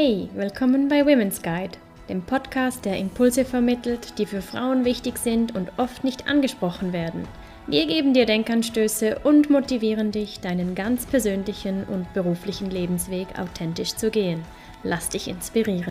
Hey, willkommen bei Women's Guide, dem Podcast, der Impulse vermittelt, die für Frauen wichtig sind und oft nicht angesprochen werden. Wir geben dir Denkanstöße und motivieren dich, deinen ganz persönlichen und beruflichen Lebensweg authentisch zu gehen. Lass dich inspirieren.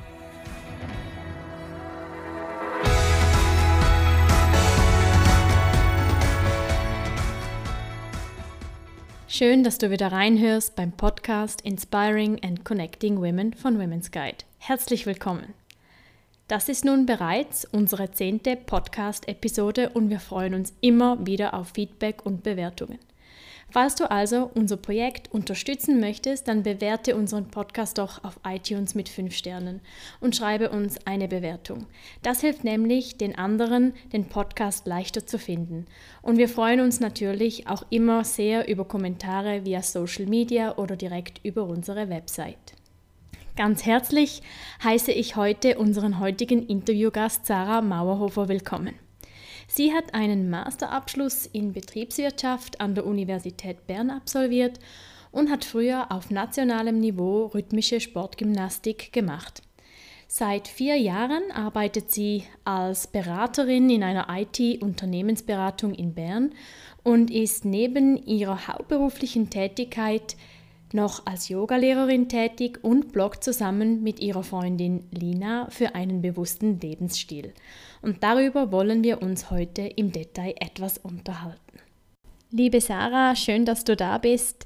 Schön, dass du wieder reinhörst beim Podcast Inspiring and Connecting Women von Women's Guide. Herzlich willkommen. Das ist nun bereits unsere 10. Podcast-Episode und wir freuen uns immer wieder auf Feedback und Bewertungen. Falls du also unser Projekt unterstützen möchtest, dann bewerte unseren Podcast doch auf iTunes mit 5 Sternen und schreibe uns eine Bewertung. Das hilft nämlich den anderen, den Podcast leichter zu finden. Und wir freuen uns natürlich auch immer sehr über Kommentare via Social Media oder direkt über unsere Website. Ganz herzlich heiße ich heute unseren heutigen Interviewgast Sarah Mauerhofer willkommen. Sie hat einen Masterabschluss in Betriebswirtschaft an der Universität Bern absolviert und hat früher auf nationalem Niveau rhythmische Sportgymnastik gemacht. Seit 4 Jahren arbeitet sie als Beraterin in einer IT-Unternehmensberatung in Bern und ist neben ihrer hauptberuflichen Tätigkeit noch als Yogalehrerin tätig und bloggt zusammen mit ihrer Freundin Lina für einen bewussten Lebensstil. Und darüber wollen wir uns heute im Detail etwas unterhalten. Liebe Sarah, schön, dass du da bist.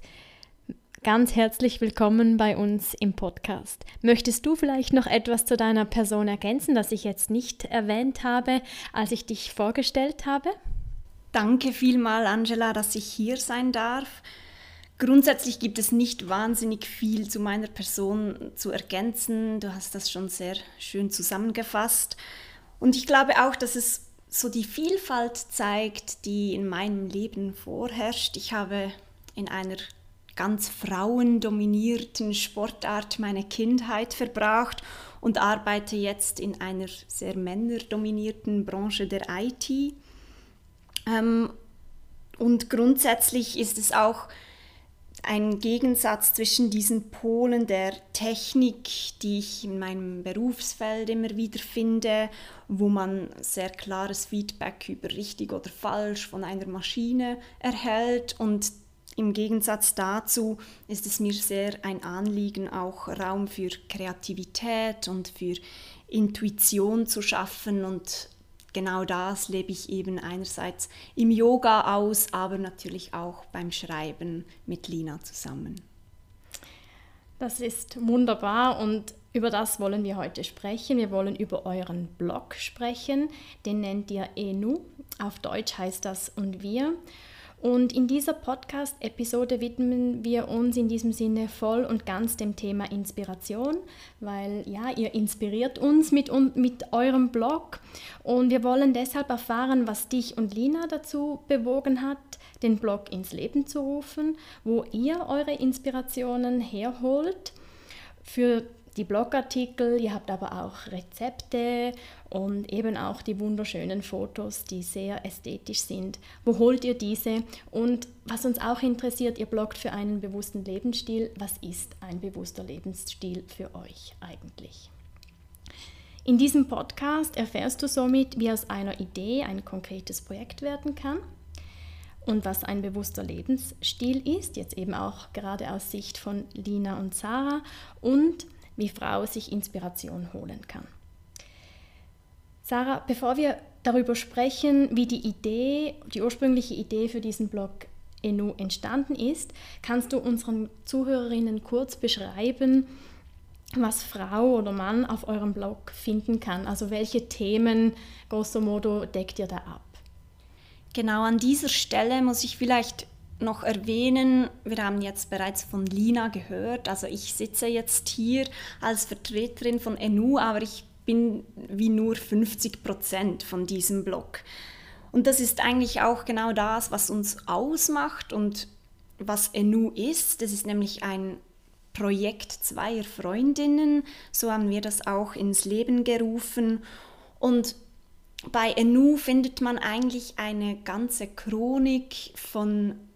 Ganz herzlich willkommen bei uns im Podcast. Möchtest du vielleicht noch etwas zu deiner Person ergänzen, das ich jetzt nicht erwähnt habe, als ich dich vorgestellt habe? Danke vielmals, Angela, dass ich hier sein darf. Grundsätzlich gibt es nicht wahnsinnig viel zu meiner Person zu ergänzen. Du hast das schon sehr schön zusammengefasst. Und ich glaube auch, dass es so die Vielfalt zeigt, die in meinem Leben vorherrscht. Ich habe in einer ganz frauendominierten Sportart meine Kindheit verbracht und arbeite jetzt in einer sehr männerdominierten Branche der IT. Und grundsätzlich ist es auch ein Gegensatz zwischen diesen Polen der Technik, die ich in meinem Berufsfeld immer wieder finde, wo man sehr klares Feedback über richtig oder falsch von einer Maschine erhält. Und im Gegensatz dazu ist es mir sehr ein Anliegen, auch Raum für Kreativität und für Intuition zu schaffen, und genau das lebe ich eben einerseits im Yoga aus, aber natürlich auch beim Schreiben mit Lina zusammen. Das ist wunderbar und über das wollen wir heute sprechen. Wir wollen über euren Blog sprechen, den nennt ihr ENU, auf Deutsch heißt das Und wir. Und in dieser Podcast-Episode widmen wir uns in diesem Sinne voll und ganz dem Thema Inspiration, weil ja, ihr inspiriert uns mit eurem Blog und wir wollen deshalb erfahren, was dich und Lina dazu bewogen hat, den Blog ins Leben zu rufen, wo ihr eure Inspirationen herholt für die Blogartikel, ihr habt aber auch Rezepte und eben auch die wunderschönen Fotos, die sehr ästhetisch sind. Wo holt ihr diese? Und was uns auch interessiert, ihr bloggt für einen bewussten Lebensstil. Was ist ein bewusster Lebensstil für euch eigentlich? In diesem Podcast erfährst du somit, wie aus einer Idee ein konkretes Projekt werden kann und was ein bewusster Lebensstil ist, jetzt eben auch gerade aus Sicht von Lina und Sarah, und wie Frau sich Inspiration holen kann. Sarah, bevor wir darüber sprechen, wie die ursprüngliche Idee für diesen Blog ENU entstanden ist, kannst du unseren Zuhörerinnen kurz beschreiben, was Frau oder Mann auf eurem Blog finden kann? Also welche Themen, grosso modo, deckt ihr da ab? Genau, an dieser Stelle muss ich vielleicht noch erwähnen, wir haben jetzt bereits von Lina gehört, also ich sitze jetzt hier als Vertreterin von ENU, aber ich bin wie nur 50% von diesem Blog. Und das ist eigentlich auch genau das, was uns ausmacht und was ENU ist. Das ist nämlich ein Projekt zweier Freundinnen, so haben wir das auch ins Leben gerufen. Und bei ENU findet man eigentlich eine ganze Chronik von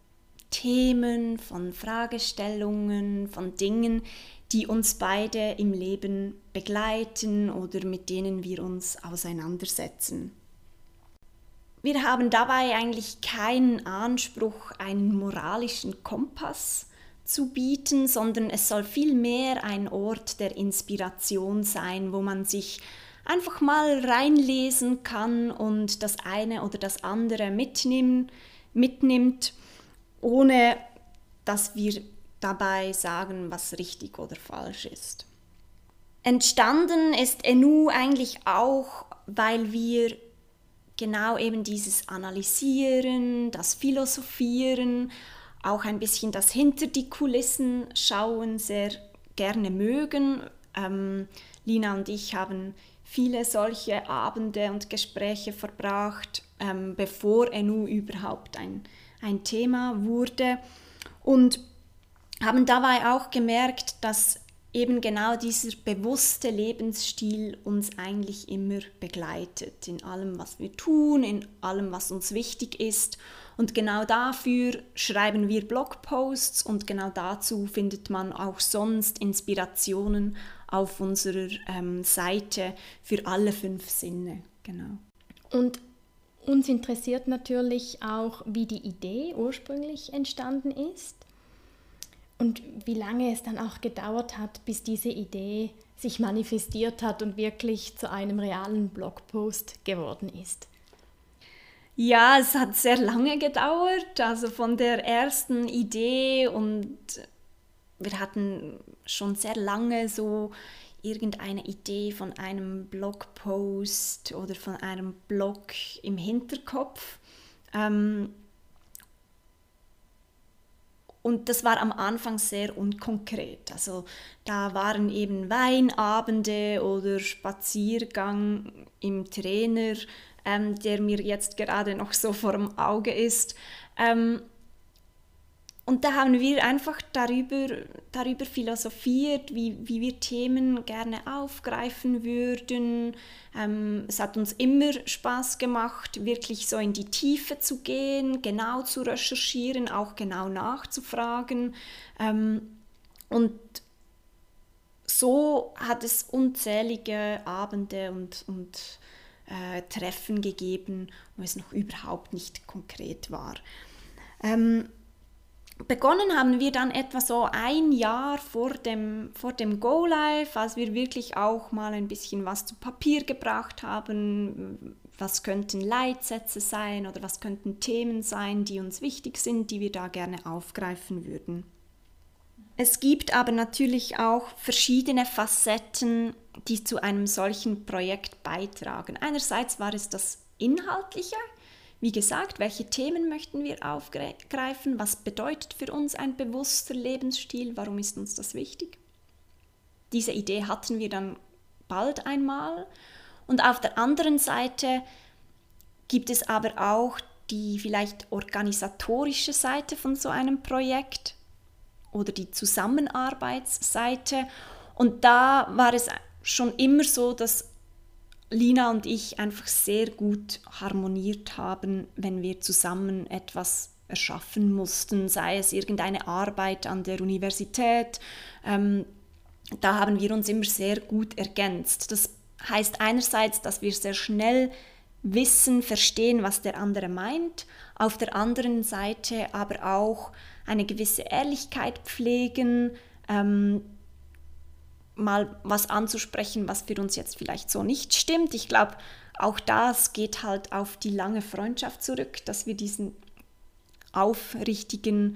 Themen, von Fragestellungen, von Dingen, die uns beide im Leben begleiten oder mit denen wir uns auseinandersetzen. Wir haben dabei eigentlich keinen Anspruch, einen moralischen Kompass zu bieten, sondern es soll vielmehr ein Ort der Inspiration sein, wo man sich einfach mal reinlesen kann und das eine oder das andere mitnimmt, ohne dass wir dabei sagen, was richtig oder falsch ist. Entstanden ist ENU eigentlich auch, weil wir genau eben dieses Analysieren, das Philosophieren, auch ein bisschen das hinter die Kulissen schauen sehr gerne mögen. Lina und ich haben viele solche Abende und Gespräche verbracht, bevor ENU überhaupt ein Thema wurde, und haben dabei auch gemerkt, dass eben genau dieser bewusste Lebensstil uns eigentlich immer begleitet, in allem, was wir tun, in allem, was uns wichtig ist. Und genau dafür schreiben wir Blogposts und genau dazu findet man auch sonst Inspirationen auf unserer Seite für alle 5 Sinne. Genau. Und uns interessiert natürlich auch, wie die Idee ursprünglich entstanden ist und wie lange es dann auch gedauert hat, bis diese Idee sich manifestiert hat und wirklich zu einem realen Blogpost geworden ist. Ja, es hat sehr lange gedauert, also von der ersten Idee, und wir hatten schon sehr lange so irgendeine Idee von einem Blogpost oder von einem Blog im Hinterkopf. Und das war am Anfang sehr unkonkret. Also da waren eben Weinabende oder Spaziergang im Trainer, der mir jetzt gerade noch so vor dem Auge ist. Und da haben wir einfach darüber philosophiert, wie wir Themen gerne aufgreifen würden. Es hat uns immer Spaß gemacht, wirklich so in die Tiefe zu gehen, genau zu recherchieren, auch genau nachzufragen. Und so hat es unzählige Abende und Treffen gegeben, wo es noch überhaupt nicht konkret war. Begonnen haben wir dann etwa so ein Jahr vor dem Go-Live, als wir wirklich auch mal ein bisschen was zu Papier gebracht haben. Was könnten Leitsätze sein oder was könnten Themen sein, die uns wichtig sind, die wir da gerne aufgreifen würden. Es gibt aber natürlich auch verschiedene Facetten, die zu einem solchen Projekt beitragen. Einerseits war es das Inhaltliche. Wie gesagt, welche Themen möchten wir aufgreifen? Was bedeutet für uns ein bewusster Lebensstil? Warum ist uns das wichtig? Diese Idee hatten wir dann bald einmal. Und auf der anderen Seite gibt es aber auch die vielleicht organisatorische Seite von so einem Projekt oder die Zusammenarbeitsseite. Und da war es schon immer so, dass Lina und ich einfach sehr gut harmoniert haben, wenn wir zusammen etwas erschaffen mussten, sei es irgendeine Arbeit an der Universität. Da haben wir uns immer sehr gut ergänzt. Das heißt einerseits, dass wir sehr schnell wissen, verstehen, was der andere meint, auf der anderen Seite aber auch eine gewisse Ehrlichkeit pflegen, mal was anzusprechen, was für uns jetzt vielleicht so nicht stimmt. Ich glaube, auch das geht halt auf die lange Freundschaft zurück, dass wir diese aufrichtige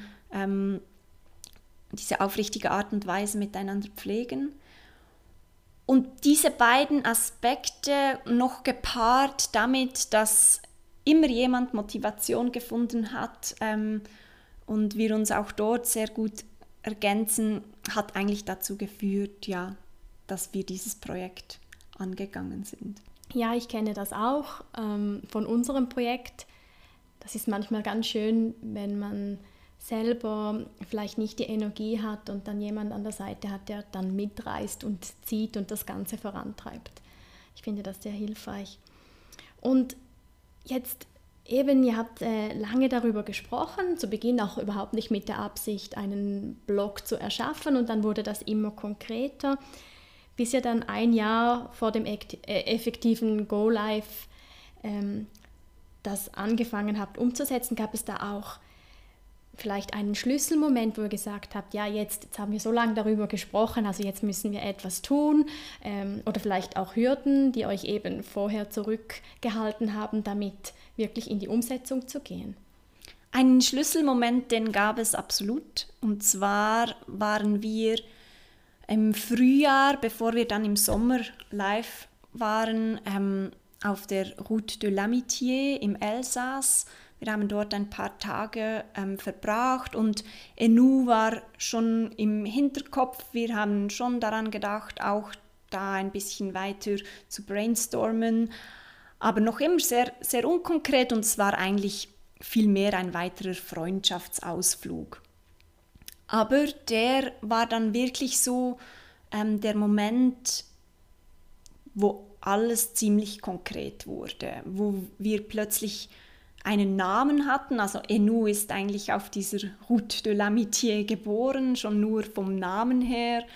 Art und Weise miteinander pflegen. Und diese beiden Aspekte noch gepaart damit, dass immer jemand Motivation gefunden hat und wir uns auch dort sehr gut ergänzen, hat eigentlich dazu geführt, ja, dass wir dieses Projekt angegangen sind. Ja, ich kenne das auch von unserem Projekt. Das ist manchmal ganz schön, wenn man selber vielleicht nicht die Energie hat und dann jemand an der Seite hat, der dann mitreißt und zieht und das Ganze vorantreibt. Ich finde das sehr hilfreich. Und jetzt Eben, ihr habt lange darüber gesprochen, zu Beginn auch überhaupt nicht mit der Absicht, einen Blog zu erschaffen, und dann wurde das immer konkreter, bis ihr dann ein Jahr vor dem effektiven Go-Live das angefangen habt umzusetzen. Gab es da auch vielleicht einen Schlüsselmoment, wo ihr gesagt habt, ja, jetzt haben wir so lange darüber gesprochen, also jetzt müssen wir etwas tun, oder vielleicht auch Hürden, die euch eben vorher zurückgehalten haben, damit wirklich in die Umsetzung zu gehen? Einen Schlüsselmoment, den gab es absolut. Und zwar waren wir im Frühjahr, bevor wir dann im Sommer live waren, auf der Route de l'Amitié im Elsass. Wir haben dort ein paar Tage verbracht und ENU war schon im Hinterkopf. Wir haben schon daran gedacht, auch da ein bisschen weiter zu brainstormen, aber noch immer sehr, sehr unkonkret, und es war eigentlich vielmehr ein weiterer Freundschaftsausflug. Aber der war dann wirklich so der Moment, wo alles ziemlich konkret wurde, wo wir plötzlich einen Namen hatten. Also ENU ist eigentlich auf dieser Route de l'Amitié geboren, schon nur vom Namen her.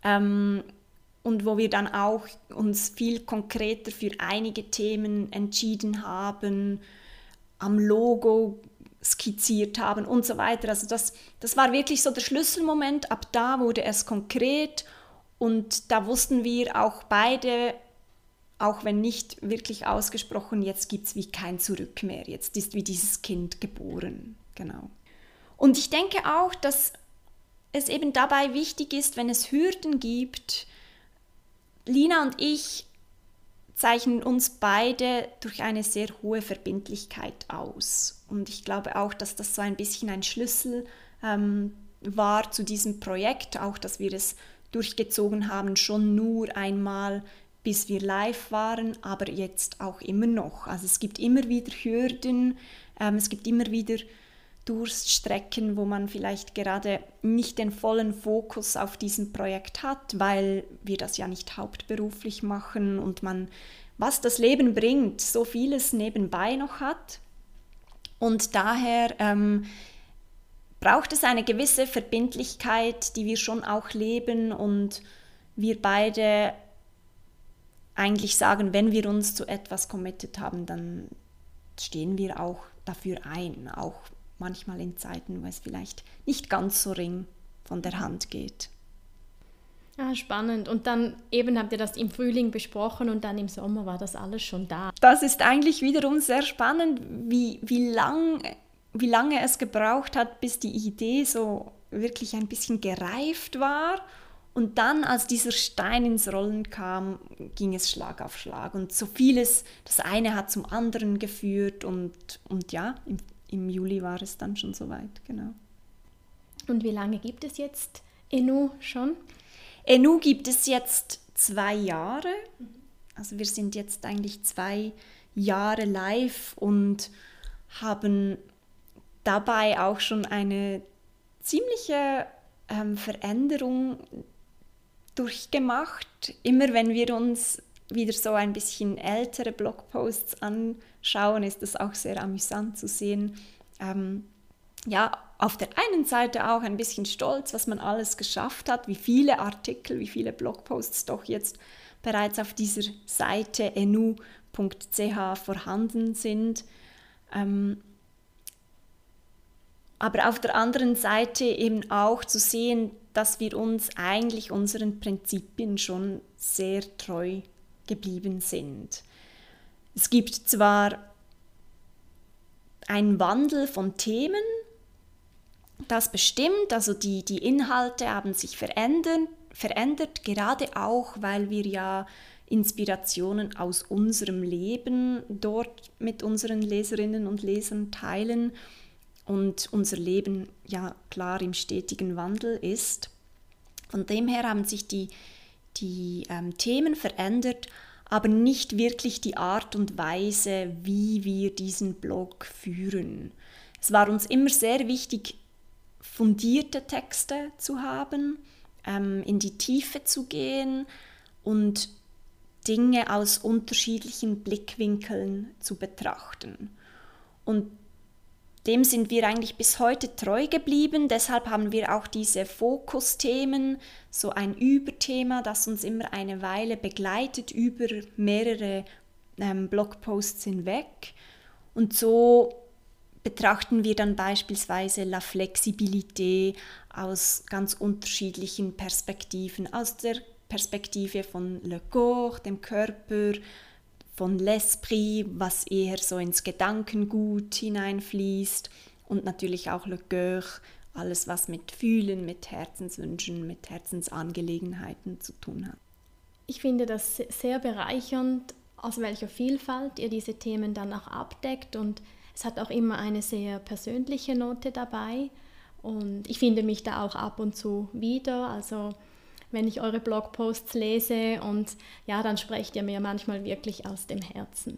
Und wo wir dann auch uns viel konkreter für einige Themen entschieden haben, am Logo skizziert haben und so weiter. Also das war wirklich so der Schlüsselmoment. Ab da wurde es konkret, und da wussten wir auch beide, auch wenn nicht wirklich ausgesprochen, jetzt gibt es wie kein Zurück mehr. Jetzt ist wie dieses Kind geboren. Genau. Und ich denke auch, dass es eben dabei wichtig ist, wenn es Hürden gibt. Lina und ich zeichnen uns beide durch eine sehr hohe Verbindlichkeit aus. Und ich glaube auch, dass das so ein bisschen ein Schlüssel war zu diesem Projekt, auch dass wir es durchgezogen haben, schon nur einmal, bis wir live waren, aber jetzt auch immer noch. Also es gibt immer wieder Hürden, es gibt immer wieder Durststrecken, wo man vielleicht gerade nicht den vollen Fokus auf diesem Projekt hat, weil wir das ja nicht hauptberuflich machen und man, was das Leben bringt, so vieles nebenbei noch hat. Und daher braucht es eine gewisse Verbindlichkeit, die wir schon auch leben, und wir beide eigentlich sagen, wenn wir uns zu etwas committed haben, dann stehen wir auch dafür ein, auch manchmal in Zeiten, wo es vielleicht nicht ganz so ring von der Hand geht. Ah, spannend. Und dann eben habt ihr das im Frühling besprochen und dann im Sommer war das alles schon da. Das ist eigentlich wiederum sehr spannend, wie lange es gebraucht hat, bis die Idee so wirklich ein bisschen gereift war. Und dann, als dieser Stein ins Rollen kam, ging es Schlag auf Schlag. Und so vieles, das eine hat zum anderen geführt. Und ja, im Juli war es dann schon soweit, genau. Und wie lange gibt es jetzt ENU schon? ENU gibt es jetzt 2 Jahre. Also wir sind jetzt eigentlich 2 Jahre live und haben dabei auch schon eine ziemliche Veränderung durchgemacht. Immer wenn wir uns wieder so ein bisschen ältere Blogposts anschauen, ist es auch sehr amüsant zu sehen. Ja, auf der einen Seite auch ein bisschen stolz, was man alles geschafft hat, wie viele Artikel, wie viele Blogposts doch jetzt bereits auf dieser Seite enu.ch vorhanden sind. Aber auf der anderen Seite eben auch zu sehen, dass wir uns eigentlich unseren Prinzipien schon sehr treu geblieben sind. Es gibt zwar einen Wandel von Themen, das bestimmt, also die Inhalte haben sich verändert, gerade auch, weil wir ja Inspirationen aus unserem Leben dort mit unseren Leserinnen und Lesern teilen und unser Leben ja klar im stetigen Wandel ist. Von dem her haben sich die Themen verändert, aber nicht wirklich die Art und Weise, wie wir diesen Blog führen. Es war uns immer sehr wichtig, fundierte Texte zu haben, in die Tiefe zu gehen und Dinge aus unterschiedlichen Blickwinkeln zu betrachten. Und dem sind wir eigentlich bis heute treu geblieben. Deshalb haben wir auch diese Fokusthemen, so ein Überthema, das uns immer eine Weile begleitet, über mehrere Blogposts hinweg. Und so betrachten wir dann beispielsweise La Flexibilité aus ganz unterschiedlichen Perspektiven. Aus der Perspektive von Le Corps, dem Körper, von L'Esprit, was eher so ins Gedankengut hineinfließt, und natürlich auch Le Cœur, alles was mit Fühlen, mit Herzenswünschen, mit Herzensangelegenheiten zu tun hat. Ich finde das sehr bereichernd, aus welcher Vielfalt ihr diese Themen dann auch abdeckt, und es hat auch immer eine sehr persönliche Note dabei und ich finde mich da auch ab und zu wieder, also wenn ich eure Blogposts lese, und ja, dann sprecht ihr mir manchmal wirklich aus dem Herzen.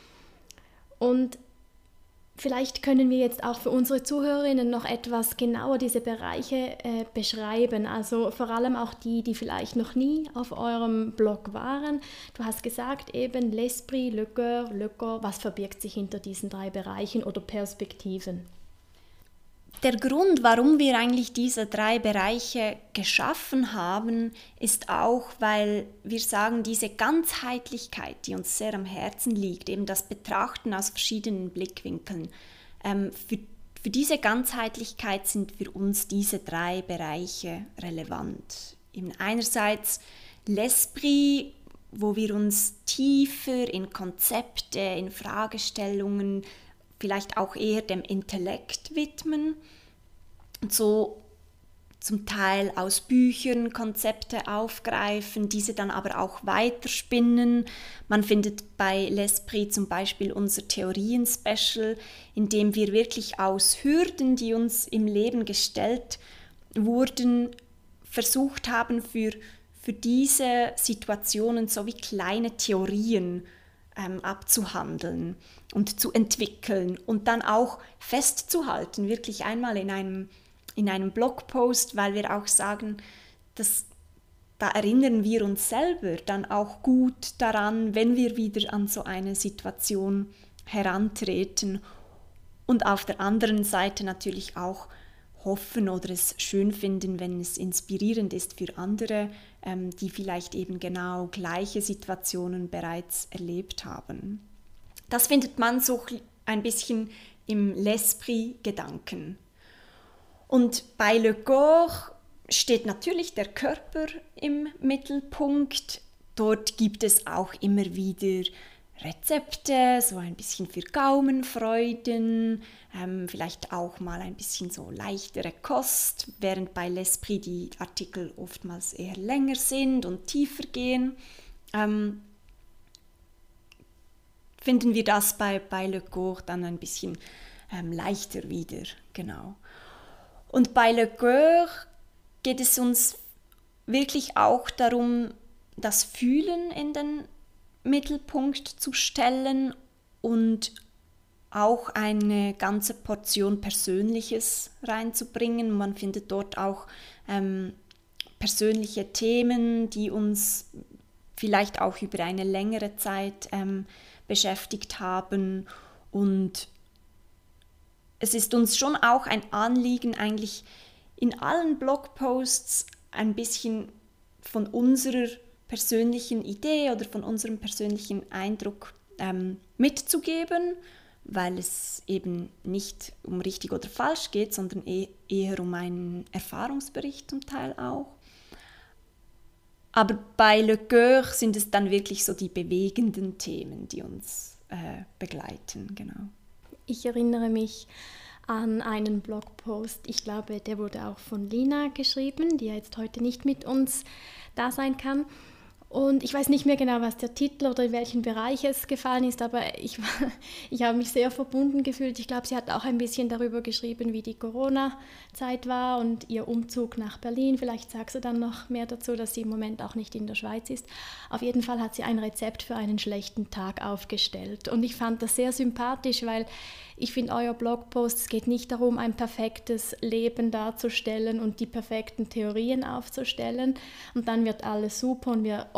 Und vielleicht können wir jetzt auch für unsere Zuhörerinnen noch etwas genauer diese Bereiche beschreiben, also vor allem auch die vielleicht noch nie auf eurem Blog waren. Du hast gesagt eben L'Esprit, Le Cœur, Le Corps, was verbirgt sich hinter diesen 3 Bereichen oder Perspektiven? Der Grund, warum wir eigentlich diese 3 Bereiche geschaffen haben, ist auch, weil wir sagen, diese Ganzheitlichkeit, die uns sehr am Herzen liegt, eben das Betrachten aus verschiedenen Blickwinkeln, für diese Ganzheitlichkeit sind für uns diese 3 Bereiche relevant. Eben einerseits L'Esprit, wo wir uns tiefer in Konzepte, in Fragestellungen, vielleicht auch eher dem Intellekt widmen und so zum Teil aus Büchern Konzepte aufgreifen, diese dann aber auch weiterspinnen. Man findet bei L'Esprit zum Beispiel unser Theorien-Special, in dem wir wirklich aus Hürden, die uns im Leben gestellt wurden, versucht haben, für diese Situationen so wie kleine Theorien abzuhandeln und zu entwickeln und dann auch festzuhalten, wirklich einmal in einem Blogpost, weil wir auch sagen, da erinnern wir uns selber dann auch gut daran, wenn wir wieder an so eine Situation herantreten, und auf der anderen Seite natürlich auch hoffen oder es schön finden, wenn es inspirierend ist für andere, die vielleicht eben genau gleiche Situationen bereits erlebt haben. Das findet man so ein bisschen im L'Esprit-Gedanken. Und bei Le Corps steht natürlich der Körper im Mittelpunkt. Dort gibt es auch immer wieder Rezepte, so ein bisschen für Gaumenfreuden, vielleicht auch mal ein bisschen so leichtere Kost, während bei L'Esprit die Artikel oftmals eher länger sind und tiefer gehen. Finden wir das bei Le Corps dann ein bisschen leichter wieder, genau. Und bei Le Cœur geht es uns wirklich auch darum, das Fühlen in den Mittelpunkt zu stellen und auch eine ganze Portion Persönliches reinzubringen. Man findet dort auch persönliche Themen, die uns vielleicht auch über eine längere Zeit beschäftigt haben, und es ist uns schon auch ein Anliegen, eigentlich in allen Blogposts ein bisschen von unserer persönlichen Idee oder von unserem persönlichen Eindruck mitzugeben, weil es eben nicht um richtig oder falsch geht, sondern eher um einen Erfahrungsbericht zum Teil auch. Aber bei Le Cœur sind es dann wirklich so die bewegenden Themen, die uns begleiten, genau. Ich erinnere mich an einen Blogpost, ich glaube, der wurde auch von Lina geschrieben, die ja jetzt heute nicht mit uns da sein kann. Und ich weiß nicht mehr genau, was der Titel oder in welchen Bereich es gefallen ist, aber ich habe mich sehr verbunden gefühlt. Ich glaube, sie hat auch ein bisschen darüber geschrieben, wie die Corona-Zeit war und ihr Umzug nach Berlin. Vielleicht sagst du dann noch mehr dazu, dass sie im Moment auch nicht in der Schweiz ist. Auf jeden Fall hat sie ein Rezept für einen schlechten Tag aufgestellt. Und ich fand das sehr sympathisch, weil ich finde, euer Blogpost, es geht nicht darum, ein perfektes Leben darzustellen und die perfekten Theorien aufzustellen. Und dann wird alles super und wir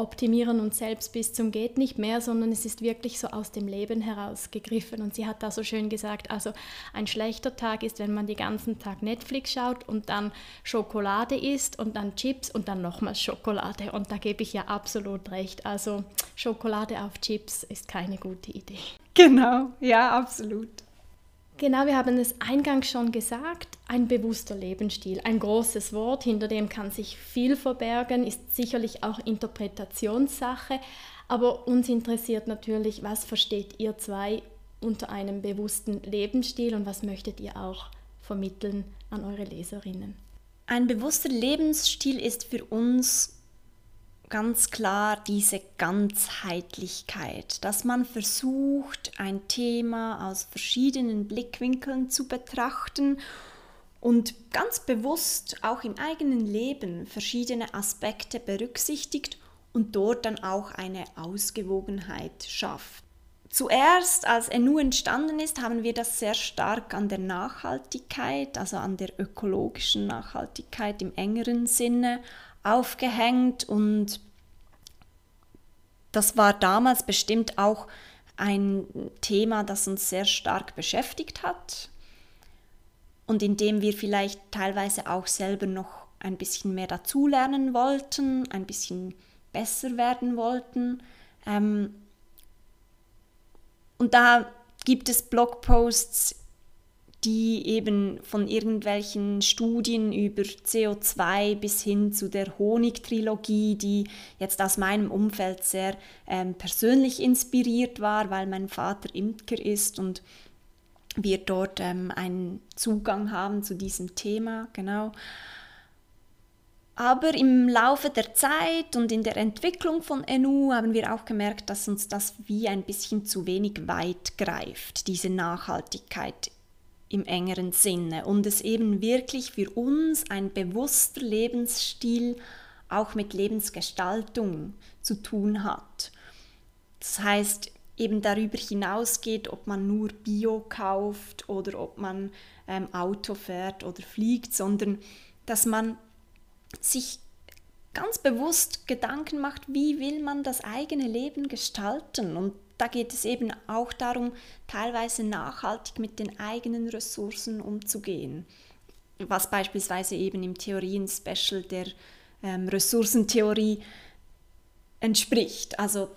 optimieren uns selbst bis zum geht nicht mehr, sondern es ist wirklich so aus dem Leben heraus gegriffen. Und sie hat da so schön gesagt, also ein schlechter Tag ist, wenn man den ganzen Tag Netflix schaut und dann Schokolade isst und dann Chips und dann nochmals Schokolade. Und da gebe ich ja absolut recht. Also Schokolade auf Chips ist keine gute Idee. Genau, ja, absolut. Genau, wir haben es eingangs schon gesagt, ein bewusster Lebensstil, ein großes Wort, hinter dem kann sich viel verbergen, ist sicherlich auch Interpretationssache, aber uns interessiert natürlich, was versteht ihr zwei unter einem bewussten Lebensstil und was möchtet ihr auch vermitteln an eure Leserinnen? Ein bewusster Lebensstil ist für uns ganz klar diese Ganzheitlichkeit, dass man versucht, ein Thema aus verschiedenen Blickwinkeln zu betrachten und ganz bewusst auch im eigenen Leben verschiedene Aspekte berücksichtigt und dort dann auch eine Ausgewogenheit schafft. Zuerst, als ENU entstanden ist, haben wir das sehr stark an der Nachhaltigkeit, also an der ökologischen Nachhaltigkeit im engeren Sinne aufgehängt, und das war damals bestimmt auch ein Thema, das uns sehr stark beschäftigt hat und in dem wir vielleicht teilweise auch selber noch ein bisschen mehr dazulernen wollten, ein bisschen besser werden wollten. Und da gibt es Blogposts, die eben von irgendwelchen Studien über CO2 bis hin zu der Honig-Trilogie, die jetzt aus meinem Umfeld sehr persönlich inspiriert war, weil mein Vater Imker ist und wir dort einen Zugang haben zu diesem Thema, genau. Aber im Laufe der Zeit und in der Entwicklung von ENU haben wir auch gemerkt, dass uns das wie ein bisschen zu wenig weit greift, diese Nachhaltigkeit im engeren Sinne, und es eben wirklich für uns ein bewusster Lebensstil auch mit Lebensgestaltung zu tun hat. Das heißt, eben darüber hinausgeht, ob man nur Bio kauft oder ob man Auto fährt oder fliegt, sondern dass man sich ganz bewusst Gedanken macht, wie will man das eigene Leben gestalten. Und da geht es eben auch darum, teilweise nachhaltig mit den eigenen Ressourcen umzugehen, was beispielsweise eben im Theorien-Special der Ressourcentheorie entspricht. Also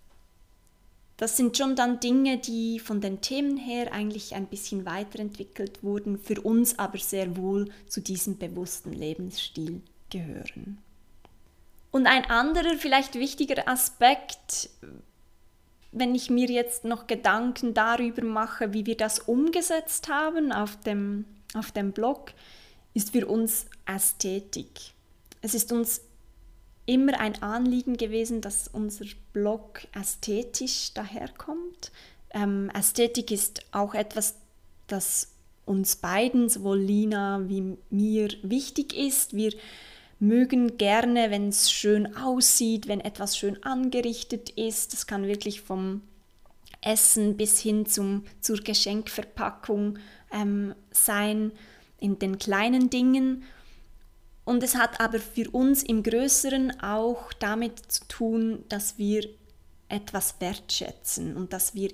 das sind schon dann Dinge, die von den Themen her eigentlich ein bisschen weiterentwickelt wurden, für uns aber sehr wohl zu diesem bewussten Lebensstil gehören. Und ein anderer, vielleicht wichtiger Aspekt, wenn ich mir jetzt noch Gedanken darüber mache, wie wir das umgesetzt haben auf dem Blog, ist für uns Ästhetik. Es ist uns immer ein Anliegen gewesen, dass unser Blog ästhetisch daherkommt. Ästhetik ist auch etwas, das uns beiden, sowohl Lina wie mir, wichtig ist. Wir mögen gerne, wenn es schön aussieht, wenn etwas schön angerichtet ist. Das kann wirklich vom Essen bis hin zur Geschenkverpackung sein, in den kleinen Dingen. Und es hat aber für uns im Größeren auch damit zu tun, dass wir etwas wertschätzen und dass wir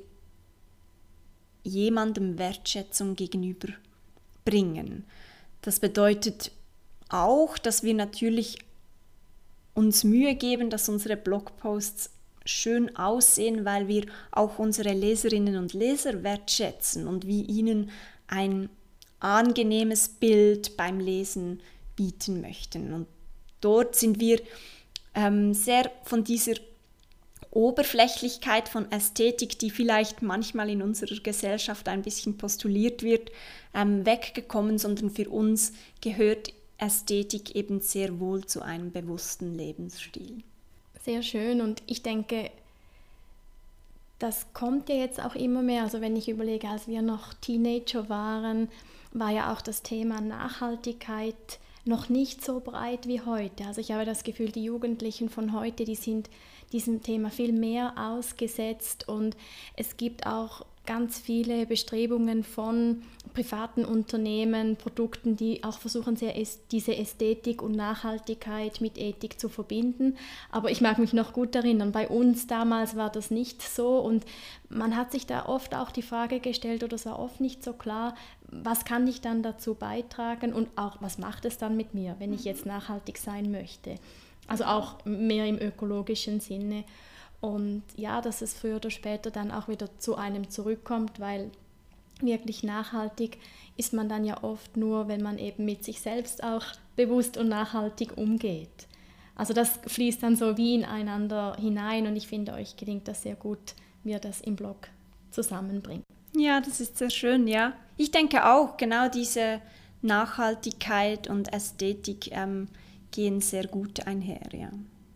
jemandem Wertschätzung gegenüberbringen. Das bedeutet auch, dass wir natürlich uns Mühe geben, dass unsere Blogposts schön aussehen, weil wir auch unsere Leserinnen und Leser wertschätzen und wir ihnen ein angenehmes Bild beim Lesen bieten möchten. Und dort sind wir sehr von dieser Oberflächlichkeit von Ästhetik, die vielleicht manchmal in unserer Gesellschaft ein bisschen postuliert wird, weggekommen, sondern für uns gehört Ästhetik eben sehr wohl zu einem bewussten Lebensstil. Sehr schön, und ich denke, das kommt ja jetzt auch immer mehr. Also wenn ich überlege, als wir noch Teenager waren, war ja auch das Thema Nachhaltigkeit noch nicht so breit wie heute. Also ich habe das Gefühl, die Jugendlichen von heute, die sind diesem Thema viel mehr ausgesetzt, und es gibt auch ganz viele Bestrebungen von privaten Unternehmen, Produkten, die auch versuchen, diese Ästhetik und Nachhaltigkeit mit Ethik zu verbinden. Aber ich mag mich noch gut erinnern, bei uns damals war das nicht so und man hat sich da oft auch die Frage gestellt oder es war oft nicht so klar, was kann ich dann dazu beitragen und auch, was macht es dann mit mir, wenn ich jetzt nachhaltig sein möchte. Also auch mehr im ökologischen Sinne. Und ja, dass es früher oder später dann auch wieder zu einem zurückkommt, weil wirklich nachhaltig ist man dann ja oft nur, wenn man eben mit sich selbst auch bewusst und nachhaltig umgeht. Also das fließt dann so wie ineinander hinein und ich finde, euch gelingt das sehr gut, wie ihr das im Blog zusammenbringt. Ja, das ist sehr schön, ja. Ich denke auch, genau diese Nachhaltigkeit und Ästhetik gehen sehr gut einher, ja.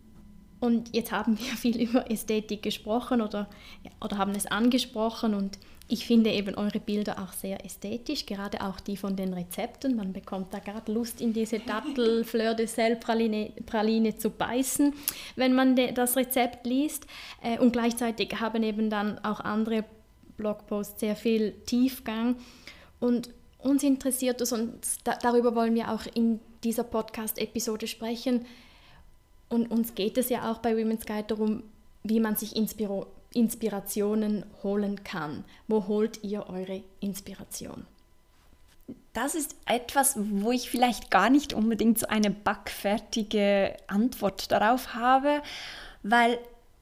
Und jetzt haben wir viel über Ästhetik gesprochen oder haben es angesprochen und ich finde eben eure Bilder auch sehr ästhetisch, gerade auch die von den Rezepten. Man bekommt da gerade Lust, in diese Dattel Fleur de Sel Praline zu beißen, wenn man das Rezept liest. Und gleichzeitig haben eben dann auch andere Blogposts sehr viel Tiefgang. Und uns interessiert es und darüber wollen wir auch in dieser Podcast-Episode sprechen. Und uns geht es ja auch bei Women's Guide darum, wie man sich Inspirationen holen kann. Wo holt ihr eure Inspiration? Das ist etwas, wo ich vielleicht gar nicht unbedingt so eine backfertige Antwort darauf habe, weil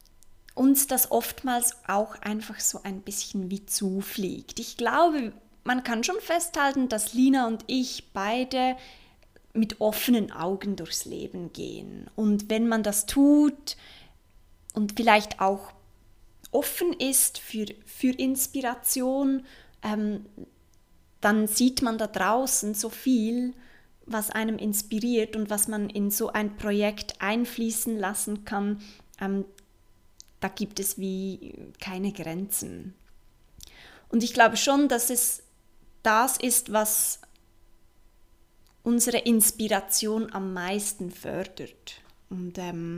uns das oftmals auch einfach so ein bisschen wie zufliegt. Ich glaube, man kann schon festhalten, dass Lina und ich beide mit offenen Augen durchs Leben gehen. Und wenn man das tut und vielleicht auch offen ist für Inspiration, dann sieht man da draußen so viel, was einem inspiriert und was man in so ein Projekt einfließen lassen kann. Da gibt es wie keine Grenzen. Und ich glaube schon, dass es das ist, was unsere Inspiration am meisten fördert und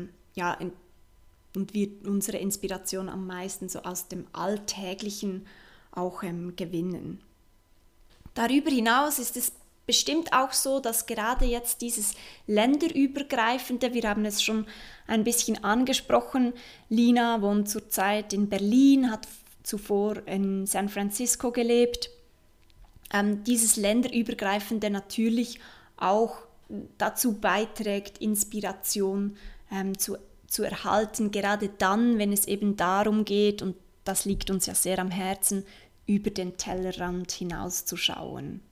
wir unsere Inspiration am meisten so aus dem Alltäglichen auch gewinnen. Darüber hinaus ist es bestimmt auch so, dass gerade jetzt dieses länderübergreifende, wir haben es schon ein bisschen angesprochen, Lina wohnt zurzeit in Berlin, hat zuvor in San Francisco gelebt, dieses länderübergreifende natürlich auch dazu beiträgt, Inspiration zu erhalten, gerade dann, wenn es eben darum geht, und das liegt uns ja sehr am Herzen, über den Tellerrand hinauszuschauen.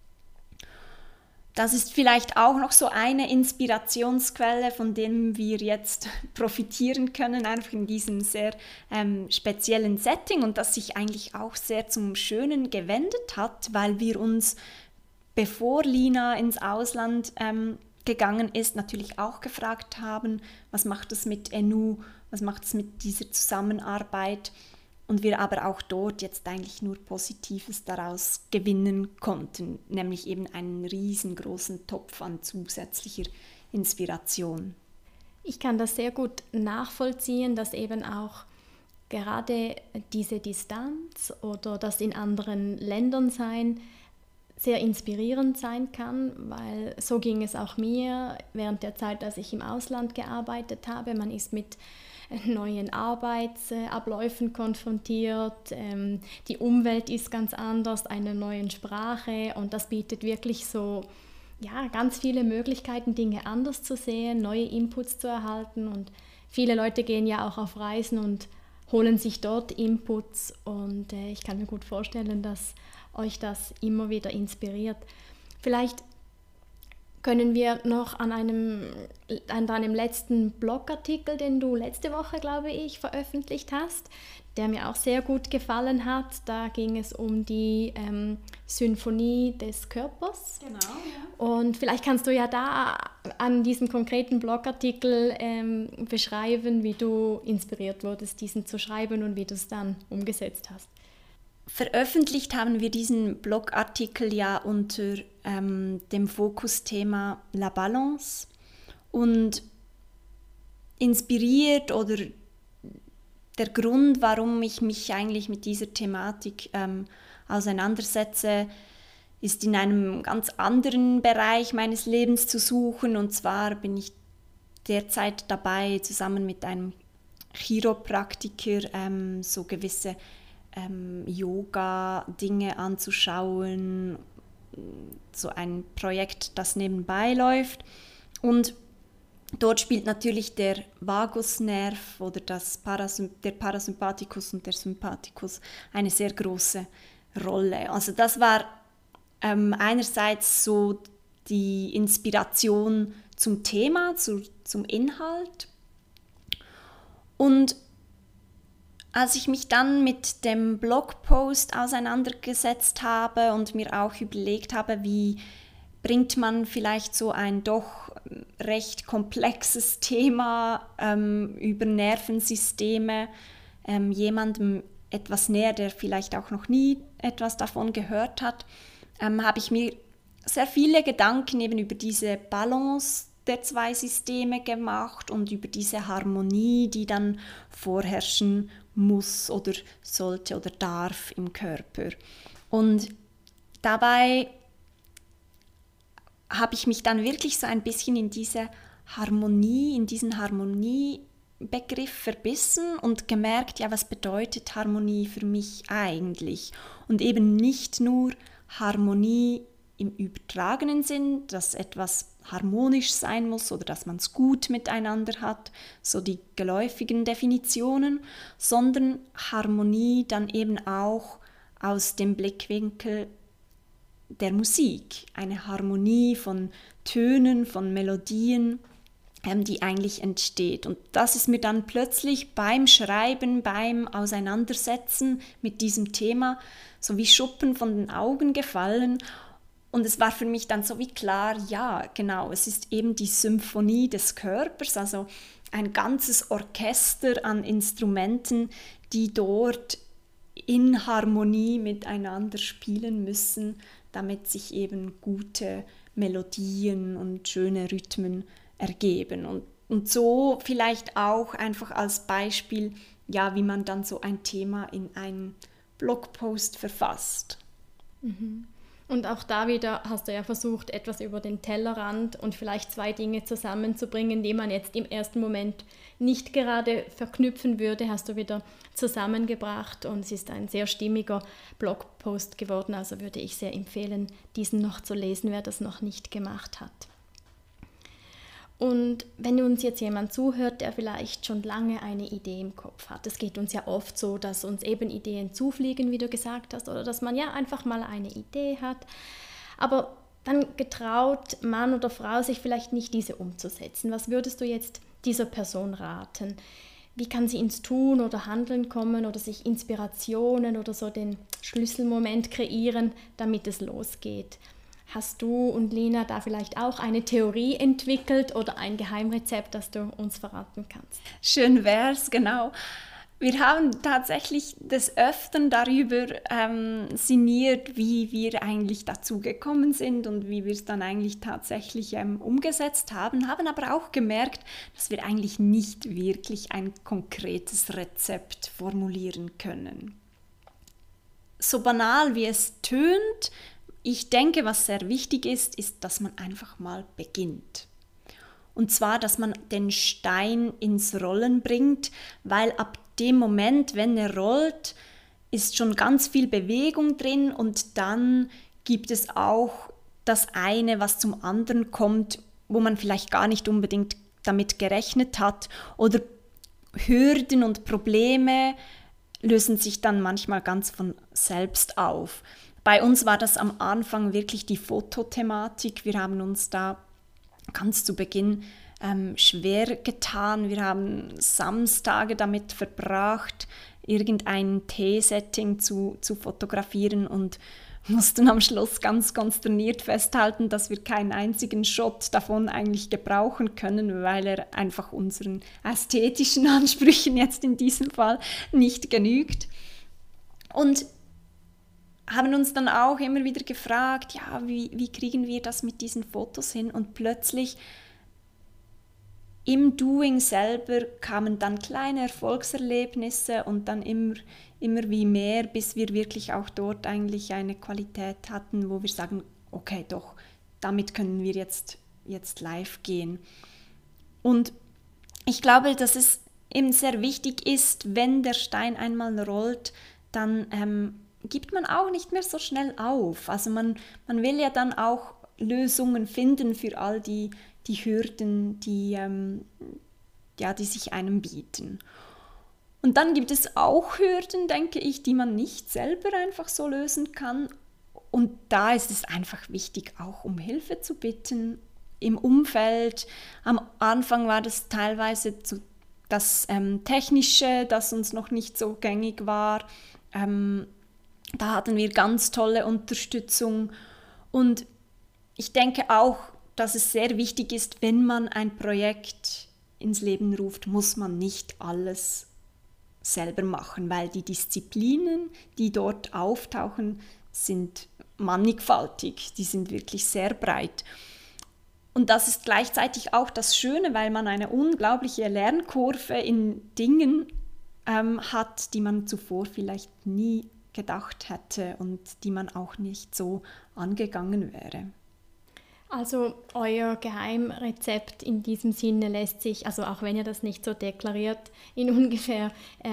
Das ist vielleicht auch noch so eine Inspirationsquelle, von dem wir jetzt profitieren können, einfach in diesem sehr speziellen Setting und das sich eigentlich auch sehr zum Schönen gewendet hat, weil wir uns, bevor Lina ins Ausland gegangen ist, natürlich auch gefragt haben, was macht es mit ENU, was macht es mit dieser Zusammenarbeit? Und wir aber auch dort jetzt eigentlich nur Positives daraus gewinnen konnten, nämlich eben einen riesengroßen Topf an zusätzlicher Inspiration. Ich kann das sehr gut nachvollziehen, dass eben auch gerade diese Distanz oder das in anderen Ländern sein sehr inspirierend sein kann, weil so ging es auch mir während der Zeit, als ich im Ausland gearbeitet habe. Man ist mit neuen Arbeitsabläufen konfrontiert, die Umwelt ist ganz anders, einer neuen Sprache und das bietet wirklich so ganz viele Möglichkeiten, Dinge anders zu sehen, neue Inputs zu erhalten und viele Leute gehen ja auch auf Reisen und holen sich dort Inputs und ich kann mir gut vorstellen, dass euch das immer wieder inspiriert. Vielleicht können wir noch an deinem letzten Blogartikel, den du letzte Woche, glaube ich, veröffentlicht hast, der mir auch sehr gut gefallen hat. Da ging es um die Symphonie des Körpers. Genau, ja. Und vielleicht kannst du ja da an diesem konkreten Blogartikel beschreiben, wie du inspiriert wurdest, diesen zu schreiben und wie du es dann umgesetzt hast. Veröffentlicht haben wir diesen Blogartikel ja unter dem Fokusthema La Balance und inspiriert oder der Grund, warum ich mich eigentlich mit dieser Thematik auseinandersetze, ist in einem ganz anderen Bereich meines Lebens zu suchen. Und zwar bin ich derzeit dabei, zusammen mit einem Chiropraktiker so gewisse Yoga-Dinge anzuschauen. So ein Projekt, das nebenbei läuft. Und dort spielt natürlich der Vagusnerv oder der Parasympathikus und der Sympathikus eine sehr große Rolle. Also das war einerseits so die Inspiration zum Thema, zum Inhalt. Und als ich mich dann mit dem Blogpost auseinandergesetzt habe und mir auch überlegt habe, wie bringt man vielleicht so ein doch recht komplexes Thema über Nervensysteme jemandem etwas näher, der vielleicht auch noch nie etwas davon gehört hat, habe ich mir sehr viele Gedanken eben über diese Balance der zwei Systeme gemacht und über diese Harmonie, die dann vorherrschen muss oder sollte oder darf im Körper. Und dabei habe ich mich dann wirklich so ein bisschen in diese Harmonie, in diesen Harmoniebegriff verbissen und gemerkt, ja, was bedeutet Harmonie für mich eigentlich? Und eben nicht nur Harmonie im übertragenen Sinn, dass etwas harmonisch sein muss oder dass man es gut miteinander hat, so die geläufigen Definitionen, sondern Harmonie dann eben auch aus dem Blickwinkel der Musik, eine Harmonie von Tönen, von Melodien, die eigentlich entsteht. Und das ist mir dann plötzlich beim Schreiben, beim Auseinandersetzen mit diesem Thema so wie Schuppen von den Augen gefallen. Und es war für mich dann so wie klar, ja, genau, es ist eben die Symphonie des Körpers, also ein ganzes Orchester an Instrumenten, die dort in Harmonie miteinander spielen müssen, damit sich eben gute Melodien und schöne Rhythmen ergeben. Und so vielleicht auch einfach als Beispiel, ja, wie man dann so ein Thema in einen Blogpost verfasst. Mhm. Und auch da wieder hast du ja versucht, etwas über den Tellerrand und vielleicht zwei Dinge zusammenzubringen, die man jetzt im ersten Moment nicht gerade verknüpfen würde, hast du wieder zusammengebracht und es ist ein sehr stimmiger Blogpost geworden, also würde ich sehr empfehlen, diesen noch zu lesen, wer das noch nicht gemacht hat. Und wenn uns jetzt jemand zuhört, der vielleicht schon lange eine Idee im Kopf hat, es geht uns ja oft so, dass uns eben Ideen zufliegen, wie du gesagt hast, oder dass man ja einfach mal eine Idee hat, aber dann getraut Mann oder Frau sich vielleicht nicht, diese umzusetzen. Was würdest du jetzt dieser Person raten? Wie kann sie ins Tun oder Handeln kommen oder sich Inspirationen oder so den Schlüsselmoment kreieren, damit es losgeht? Hast du und Lina da vielleicht auch eine Theorie entwickelt oder ein Geheimrezept, das du uns verraten kannst? Schön wär's, genau. Wir haben tatsächlich des Öfteren darüber sinniert, wie wir eigentlich dazu gekommen sind und wie wir es dann eigentlich tatsächlich umgesetzt haben aber auch gemerkt, dass wir eigentlich nicht wirklich ein konkretes Rezept formulieren können. So banal wie es tönt, ich denke, was sehr wichtig ist, dass man einfach mal beginnt. Und zwar, dass man den Stein ins Rollen bringt, weil ab dem Moment, wenn er rollt, ist schon ganz viel Bewegung drin und dann gibt es auch das eine, was zum anderen kommt, wo man vielleicht gar nicht unbedingt damit gerechnet hat oder Hürden und Probleme lösen sich dann manchmal ganz von selbst auf. Bei uns war das am Anfang wirklich die Fotothematik. Wir haben uns da ganz zu Beginn schwer getan. Wir haben Samstage damit verbracht, irgendein Teesetting zu fotografieren und mussten am Schluss ganz konsterniert festhalten, dass wir keinen einzigen Shot davon eigentlich gebrauchen können, weil er einfach unseren ästhetischen Ansprüchen jetzt in diesem Fall nicht genügt. Und haben uns dann auch immer wieder gefragt, ja, wie kriegen wir das mit diesen Fotos hin? Und plötzlich im Doing selber kamen dann kleine Erfolgserlebnisse und dann immer wie mehr, bis wir wirklich auch dort eigentlich eine Qualität hatten, wo wir sagen, okay, doch, damit können wir jetzt live gehen. Und ich glaube, dass es eben sehr wichtig ist, wenn der Stein einmal rollt, dann gibt man auch nicht mehr so schnell auf. Also man will ja dann auch Lösungen finden für all die Hürden, die sich einem bieten. Und dann gibt es auch Hürden, denke ich, die man nicht selber einfach so lösen kann. Und da ist es einfach wichtig, auch um Hilfe zu bitten im Umfeld. Am Anfang war das teilweise das Technische, das uns noch nicht so gängig war. Da hatten wir ganz tolle Unterstützung. Und ich denke auch, dass es sehr wichtig ist, wenn man ein Projekt ins Leben ruft, muss man nicht alles selber machen, weil die Disziplinen, die dort auftauchen, sind mannigfaltig, die sind wirklich sehr breit. Und das ist gleichzeitig auch das Schöne, weil man eine unglaubliche Lernkurve in Dingen hat, die man zuvor vielleicht nie gedacht hätte und die man auch nicht so angegangen wäre. Also euer Geheimrezept in diesem Sinne lässt sich, also auch wenn ihr das nicht so deklariert, in ungefähr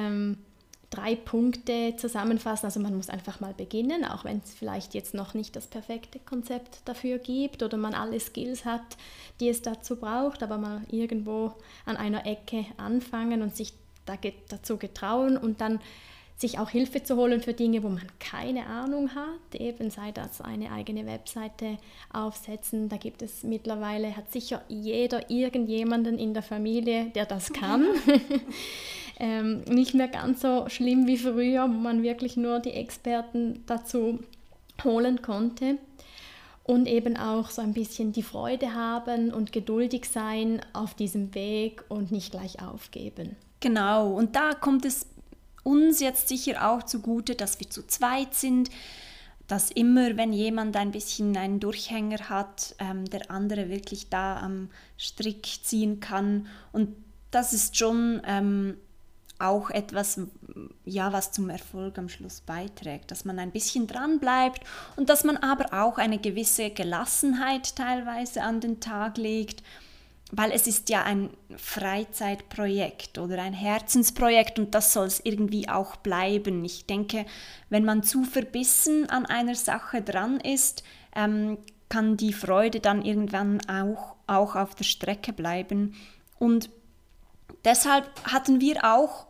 3 Punkte zusammenfassen. Also man muss einfach mal beginnen, auch wenn es vielleicht jetzt noch nicht das perfekte Konzept dafür gibt oder man alle Skills hat, die es dazu braucht, aber mal irgendwo an einer Ecke anfangen und sich dazu getrauen und dann sich auch Hilfe zu holen für Dinge, wo man keine Ahnung hat, eben sei das eine eigene Webseite aufsetzen, da gibt es mittlerweile, hat sicher jeder irgendjemanden in der Familie, der das kann. Nicht mehr ganz so schlimm wie früher, wo man wirklich nur die Experten dazu holen konnte. Und eben auch so ein bisschen die Freude haben und geduldig sein auf diesem Weg und nicht gleich aufgeben. Genau, und da kommt es uns jetzt sicher auch zugute, dass wir zu zweit sind, dass immer, wenn jemand ein bisschen einen Durchhänger hat, der andere wirklich da am Strick ziehen kann. Und das ist schon auch etwas, ja, was zum Erfolg am Schluss beiträgt, dass man ein bisschen dran bleibt und dass man aber auch eine gewisse Gelassenheit teilweise an den Tag legt, weil es ist ja ein Freizeitprojekt oder ein Herzensprojekt und das soll es irgendwie auch bleiben. Ich denke, wenn man zu verbissen an einer Sache dran ist, kann die Freude dann irgendwann auch auf der Strecke bleiben. Und deshalb hatten wir auch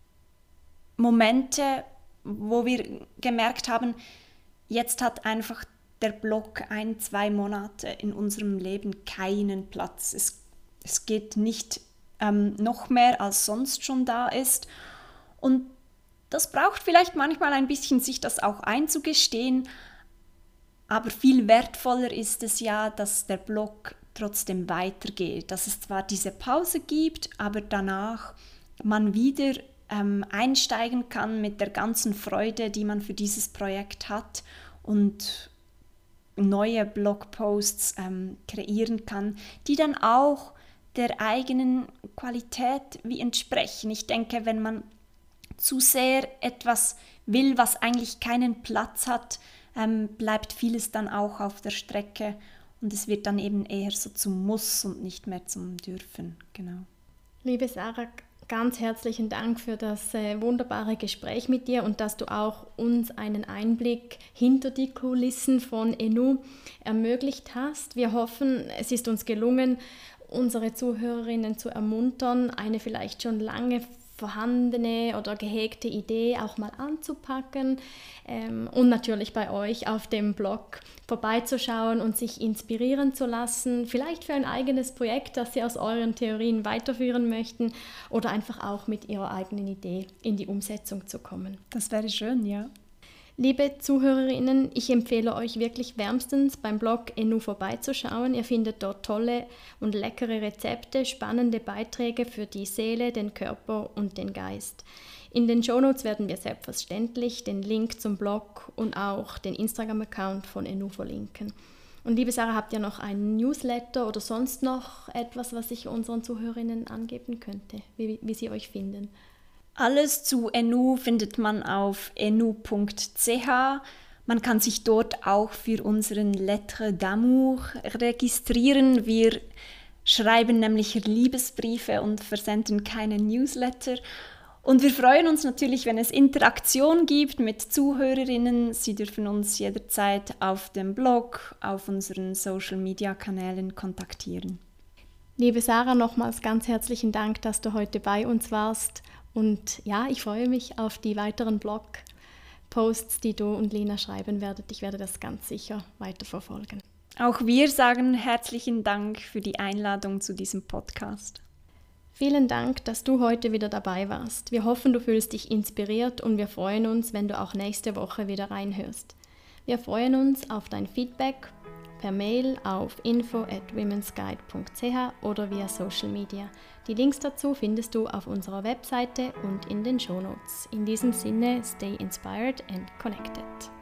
Momente, wo wir gemerkt haben, jetzt hat einfach der Blog 1-2 Monate in unserem Leben keinen Platz. Es geht nicht noch mehr, als sonst schon da ist. Und das braucht vielleicht manchmal ein bisschen, sich das auch einzugestehen. Aber viel wertvoller ist es ja, dass der Blog trotzdem weitergeht. Dass es zwar diese Pause gibt, aber danach man wieder einsteigen kann mit der ganzen Freude, die man für dieses Projekt hat und neue Blogposts kreieren kann, die dann auch der eigenen Qualität wie entsprechen. Ich denke, wenn man zu sehr etwas will, was eigentlich keinen Platz hat, bleibt vieles dann auch auf der Strecke und es wird dann eben eher so zum Muss und nicht mehr zum Dürfen. Genau. Liebe Sarah, ganz herzlichen Dank für das wunderbare Gespräch mit dir und dass du auch uns einen Einblick hinter die Kulissen von ENU ermöglicht hast. Wir hoffen, es ist uns gelungen, unsere Zuhörerinnen zu ermuntern, eine vielleicht schon lange vorhandene oder gehegte Idee auch mal anzupacken und natürlich bei euch auf dem Blog vorbeizuschauen und sich inspirieren zu lassen, vielleicht für ein eigenes Projekt, das Sie aus euren Theorien weiterführen möchten oder einfach auch mit Ihrer eigenen Idee in die Umsetzung zu kommen. Das wäre schön, ja. Liebe Zuhörerinnen, ich empfehle euch wirklich wärmstens beim Blog ENU vorbeizuschauen. Ihr findet dort tolle und leckere Rezepte, spannende Beiträge für die Seele, den Körper und den Geist. In den Shownotes werden wir selbstverständlich den Link zum Blog und auch den Instagram-Account von ENU verlinken. Und liebe Sarah, habt ihr noch einen Newsletter oder sonst noch etwas, was ich unseren Zuhörerinnen angeben könnte, wie sie euch finden? Alles zu ENU findet man auf enu.ch. Man kann sich dort auch für unseren Lettre d'amour registrieren. Wir schreiben nämlich Liebesbriefe und versenden keine Newsletter. Und wir freuen uns natürlich, wenn es Interaktion gibt mit Zuhörerinnen. Sie dürfen uns jederzeit auf dem Blog, auf unseren Social-Media-Kanälen kontaktieren. Liebe Sarah, nochmals ganz herzlichen Dank, dass du heute bei uns warst. Und ja, ich freue mich auf die weiteren Blogposts, die du und Lina schreiben werdet. Ich werde das ganz sicher weiterverfolgen. Auch wir sagen herzlichen Dank für die Einladung zu diesem Podcast. Vielen Dank, dass du heute wieder dabei warst. Wir hoffen, du fühlst dich inspiriert und wir freuen uns, wenn du auch nächste Woche wieder reinhörst. Wir freuen uns auf dein Feedback per Mail auf info@womensguide.ch oder via Social Media. Die Links dazu findest du auf unserer Webseite und in den Shownotes. In diesem Sinne, stay inspired and connected.